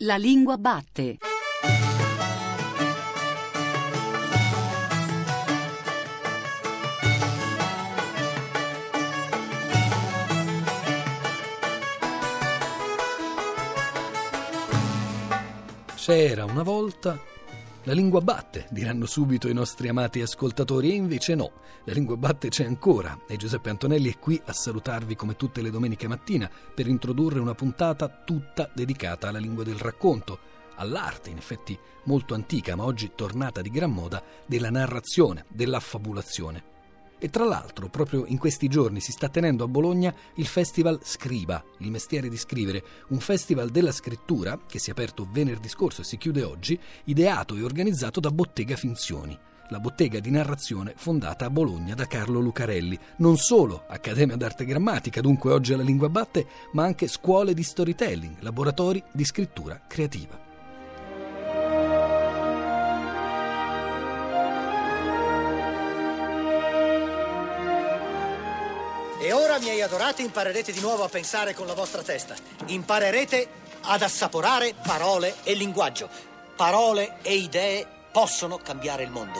La lingua batte. C'era una volta, la lingua batte, diranno subito i nostri amati ascoltatori, e invece no, la lingua batte c'è ancora e Giuseppe Antonelli è qui a salutarvi come tutte le domeniche mattina per introdurre una puntata tutta dedicata alla lingua del racconto, all'arte, in effetti molto antica ma oggi tornata di gran moda, della narrazione, dell'affabulazione. E tra l'altro, proprio in questi giorni si sta tenendo a Bologna il Festival Scriba, il mestiere di scrivere, un festival della scrittura che si è aperto venerdì scorso e si chiude oggi, ideato e organizzato da Bottega Finzioni, la bottega di narrazione fondata a Bologna da Carlo Lucarelli. Non solo Accademia d'Arte Grammatica, dunque oggi alla lingua batte, ma anche scuole di storytelling, laboratori di scrittura creativa. E ora, miei adorati, imparerete di nuovo a pensare con la vostra testa. Imparerete ad assaporare parole e linguaggio. Parole e idee possono cambiare il mondo.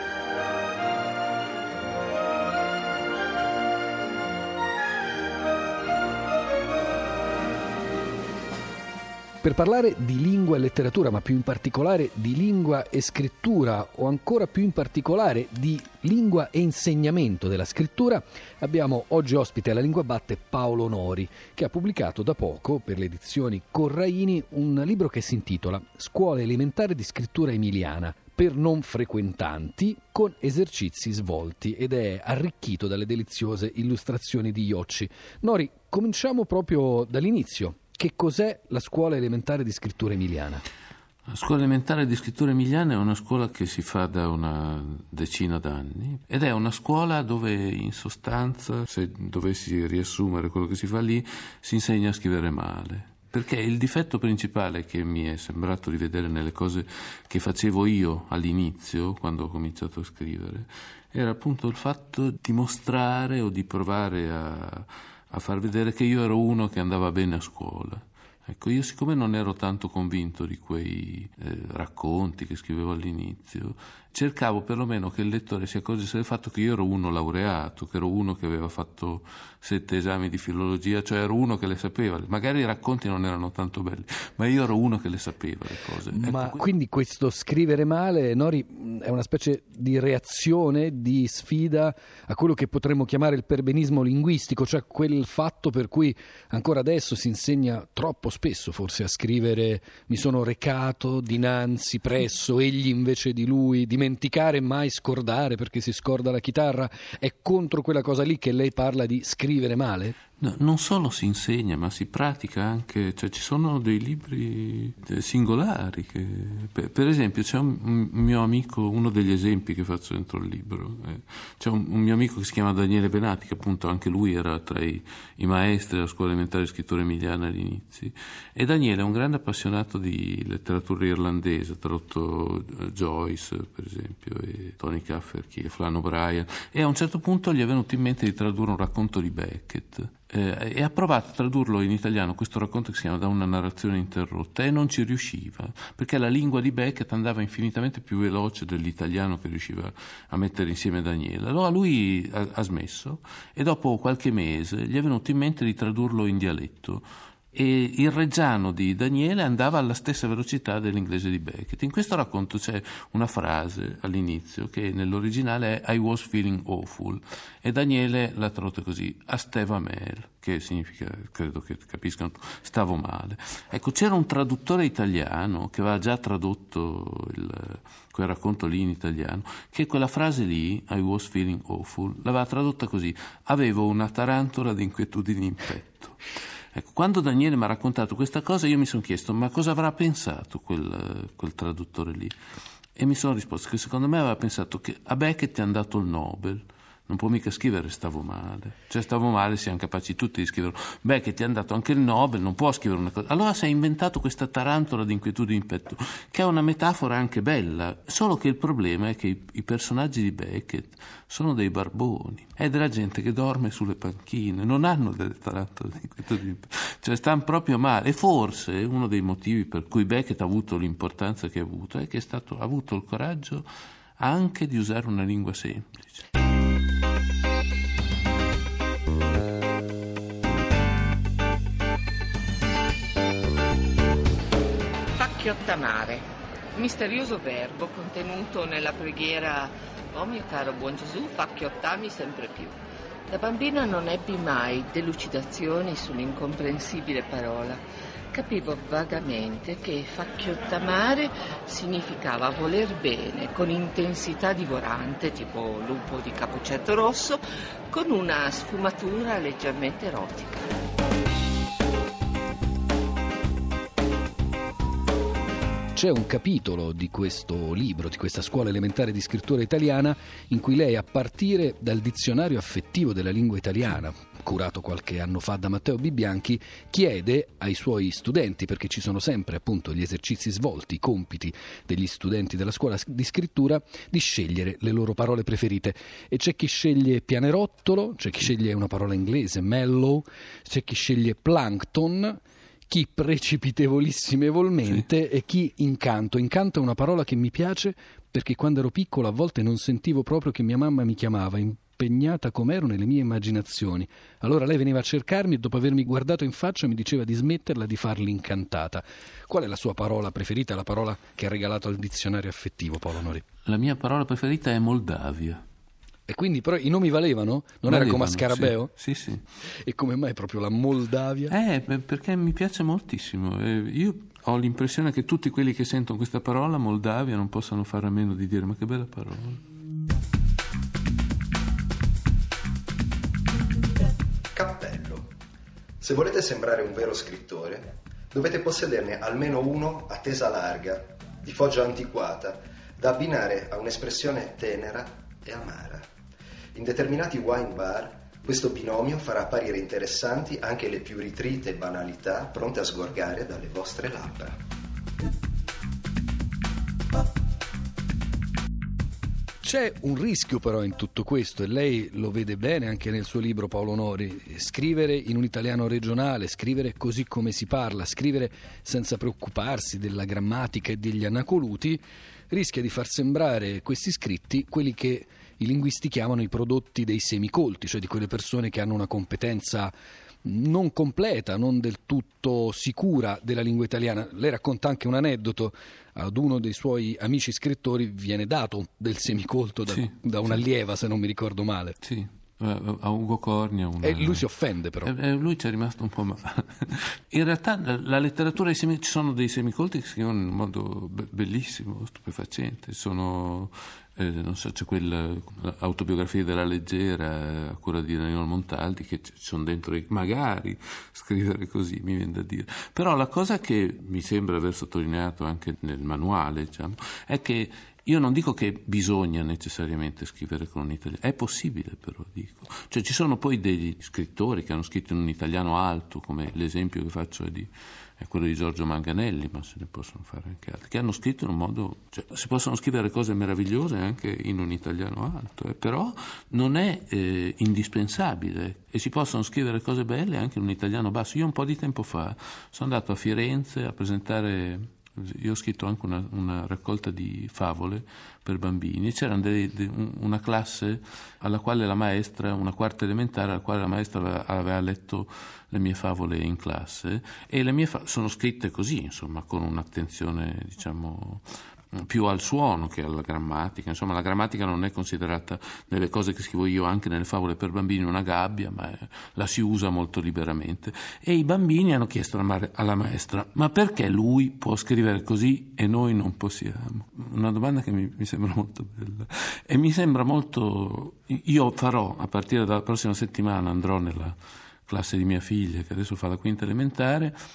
Per parlare di lingua e letteratura, ma più in particolare di lingua e scrittura, o ancora più in particolare di lingua e insegnamento della scrittura, abbiamo oggi ospite alla Lingua Batte Paolo Nori, che ha pubblicato da poco, per le edizioni Corraini, un libro che si intitola Scuola elementare di scrittura emiliana, per non frequentanti, con esercizi svolti, ed è arricchito dalle deliziose illustrazioni di Iocci. Nori, cominciamo proprio dall'inizio. Che cos'è la scuola elementare di scrittura emiliana? La scuola elementare di scrittura emiliana è una scuola che si fa da una decina d'anni ed è una scuola dove in sostanza, se dovessi riassumere quello che si fa lì, si insegna a scrivere male. Perché il difetto principale che mi è sembrato di vedere nelle cose che facevo io all'inizio, quando ho cominciato a scrivere, era appunto il fatto di mostrare o di provare a far vedere che io ero uno che andava bene a scuola. Ecco, io siccome non ero tanto convinto di quei racconti che scrivevo all'inizio, cercavo perlomeno che il lettore si accorgesse del fatto che io ero uno laureato, che ero uno che aveva fatto 7 esami di filologia, cioè ero uno che le sapeva. Magari i racconti non erano tanto belli, ma io ero uno che le sapeva le cose. Ma ecco, quindi questo scrivere male, Nori, è una specie di reazione, di sfida a quello che potremmo chiamare il perbenismo linguistico, cioè quel fatto per cui ancora adesso si insegna troppo spesso forse a scrivere mi sono recato dinanzi, presso, egli invece di lui, dimenticare mai scordare perché si scorda la chitarra. È contro quella cosa lì che lei parla di scrivere male? No, non solo si insegna, ma si pratica anche, cioè ci sono dei libri singolari che, per esempio c'è un mio amico, uno degli esempi che faccio dentro il libro, c'è un mio amico che si chiama Daniele Benati, che appunto anche lui era tra i maestri della scuola elementare di scrittura emiliana agli inizi, e Daniele è un grande appassionato di letteratura irlandese, ha tradotto Joyce per esempio, e Tony Cafferty e Flann O'Brien, e a un certo punto gli è venuto in mente di tradurre un racconto di Beckett. E ha provato a tradurlo in italiano, questo racconto che si chiama Da una narrazione interrotta, e non ci riusciva, perché la lingua di Beckett andava infinitamente più veloce dell'italiano che riusciva a mettere insieme Daniele. Allora lui ha smesso e dopo qualche mese gli è venuto in mente di tradurlo in dialetto. E il reggiano di Daniele andava alla stessa velocità dell'inglese di Beckett. In questo racconto c'è una frase all'inizio che nell'originale è I was feeling awful e Daniele la traduce così, a steva mel, che significa, credo che capiscano, stavo male. Ecco, c'era un traduttore italiano che aveva già tradotto quel racconto lì in italiano, che quella frase lì, I was feeling awful, l'aveva tradotta così, avevo una tarantola di inquietudini in petto. Ecco, quando Daniele mi ha raccontato questa cosa io mi sono chiesto ma cosa avrà pensato quel traduttore lì, e mi sono risposto che secondo me aveva pensato che a Beckett è andato il Nobel, non può mica scrivere stavo male. Cioè stavo male siamo capaci tutti di scriverlo. Beckett ti hanno dato anche il Nobel, non può scrivere una cosa. Allora si è inventato questa tarantola di inquietudine in petto, che è una metafora anche bella, solo che il problema è che i personaggi di Beckett sono dei barboni, è della gente che dorme sulle panchine, non hanno delle tarantole di inquietudine in petto, cioè stanno proprio male. E forse uno dei motivi per cui Beckett ha avuto l'importanza che ha avuto è che ha avuto il coraggio anche di usare una lingua semplice. Facchiottamare, misterioso verbo contenuto nella preghiera: «Oh mio caro buon Gesù, facchiottami sempre più». Da bambina non ebbi mai delucidazioni sull'incomprensibile parola. Capivo vagamente che facchiottamare significava voler bene con intensità divorante, tipo lupo di Cappuccetto Rosso, con una sfumatura leggermente erotica. C'è un capitolo di questo libro, di questa scuola elementare di scrittura italiana, in cui lei, a partire dal dizionario affettivo della lingua italiana, curato qualche anno fa da Matteo Bibbianchi, chiede ai suoi studenti, perché ci sono sempre appunto gli esercizi svolti, i compiti degli studenti della scuola di scrittura, di scegliere le loro parole preferite. E c'è chi sceglie pianerottolo, c'è chi sceglie una parola inglese, mellow, c'è chi sceglie plankton, chi precipitevolissimamente e chi incanto. Incanto è una parola che mi piace perché quando ero piccolo a volte non sentivo proprio che mia mamma mi chiamava, impegnata com'ero nelle mie immaginazioni. Allora lei veniva a cercarmi e dopo avermi guardato in faccia mi diceva di smetterla di farli incantata. Qual è la sua parola preferita, la parola che ha regalato al dizionario affettivo, Paolo Nori? La mia parola preferita è Moldavia. E quindi però i nomi valevano? Non era come a Scarabeo? Sì, sì. E come mai proprio la Moldavia? Perché mi piace moltissimo. Io ho l'impressione che tutti quelli che sentono questa parola, Moldavia, non possano fare a meno di dire: ma che bella parola. Cappello. Se volete sembrare un vero scrittore, dovete possederne almeno uno a tesa larga, di foggia antiquata, da abbinare a un'espressione tenera e amara. In determinati wine bar questo binomio farà apparire interessanti anche le più ritrite banalità pronte a sgorgare dalle vostre labbra. C'è un rischio però in tutto questo, e lei lo vede bene anche nel suo libro, Paolo Nori: scrivere in un italiano regionale, scrivere così come si parla, scrivere senza preoccuparsi della grammatica e degli anacoluti, rischia di far sembrare questi scritti quelli che i linguisti chiamano i prodotti dei semicolti, cioè di quelle persone che hanno una competenza non completa, non del tutto sicura della lingua italiana. Lei racconta anche un aneddoto: ad uno dei suoi amici scrittori viene dato del semicolto da un'allieva, se non mi ricordo male. Sì, a Ugo Cornia. E lui si offende però. Lui ci è rimasto un po' male. In realtà la letteratura ci sono dei semicolti che si scrivono in un modo bellissimo, stupefacente. Sono... non so, c'è quell'autobiografia della leggera a cura di Danilo Montaldi, che ci sono dentro, magari scrivere così, mi viene da dire. Però la cosa che mi sembra aver sottolineato anche nel manuale, diciamo, è che io non dico che bisogna necessariamente scrivere con un italiano, è possibile però, dico. Cioè ci sono poi degli scrittori che hanno scritto in un italiano alto, come l'esempio che faccio è quello di Giorgio Manganelli, ma se ne possono fare anche altri, che hanno scritto in un modo, cioè si possono scrivere cose meravigliose anche in un italiano alto, però non è indispensabile, e si possono scrivere cose belle anche in un italiano basso. Io un po' di tempo fa sono andato a Firenze a presentare... Io ho scritto anche una raccolta di favole per bambini, e c'era una classe alla quale la maestra, una quarta elementare, alla quale la maestra aveva letto le mie favole in classe, e le mie sono scritte così, insomma, con un'attenzione, diciamo, più al suono che alla grammatica. Insomma, la grammatica non è considerata nelle cose che scrivo io, anche nelle favole per bambini, una gabbia, ma la si usa molto liberamente. E i bambini hanno chiesto alla maestra: ma perché lui può scrivere così e noi non possiamo? Una domanda che mi sembra molto bella, e mi sembra molto... Io farò, a partire dalla prossima settimana, andrò nella classe di mia figlia, che adesso fa la quinta elementare,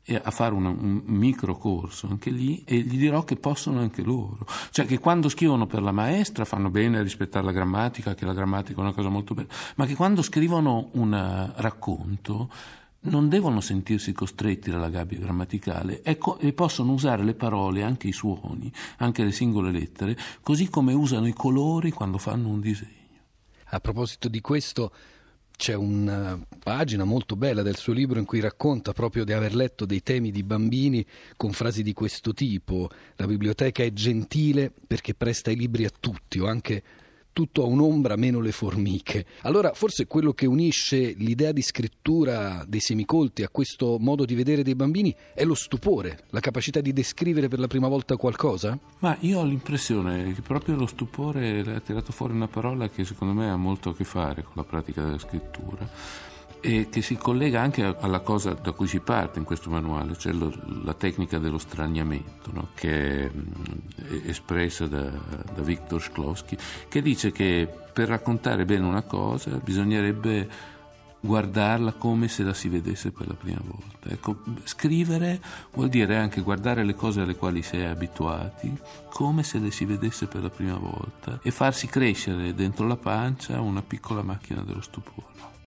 e a fare un micro corso anche lì, e gli dirò che possono anche loro, cioè che quando scrivono per la maestra fanno bene a rispettare la grammatica, che la grammatica è una cosa molto bella, ma che quando scrivono un racconto non devono sentirsi costretti dalla gabbia grammaticale e possono usare le parole, anche i suoni, anche le singole lettere, così come usano i colori quando fanno un disegno. A proposito di questo, c'è una pagina molto bella del suo libro in cui racconta proprio di aver letto dei temi di bambini con frasi di questo tipo: la biblioteca è gentile perché presta i libri a tutti, o anche tutto ha un'ombra meno le formiche. Allora forse quello che unisce l'idea di scrittura dei semicolti a questo modo di vedere dei bambini è lo stupore, la capacità di descrivere per la prima volta qualcosa? Ma io ho l'impressione che proprio lo stupore ha tirato fuori una parola che secondo me ha molto a che fare con la pratica della scrittura e che si collega anche alla cosa da cui si parte in questo manuale, cioè la tecnica dello straniamento, no? Che è espressa da Viktor Shklovsky, che dice che per raccontare bene una cosa bisognerebbe guardarla come se la si vedesse per la prima volta. Ecco, scrivere vuol dire anche guardare le cose alle quali si è abituati come se le si vedesse per la prima volta e farsi crescere dentro la pancia una piccola macchina dello stupore.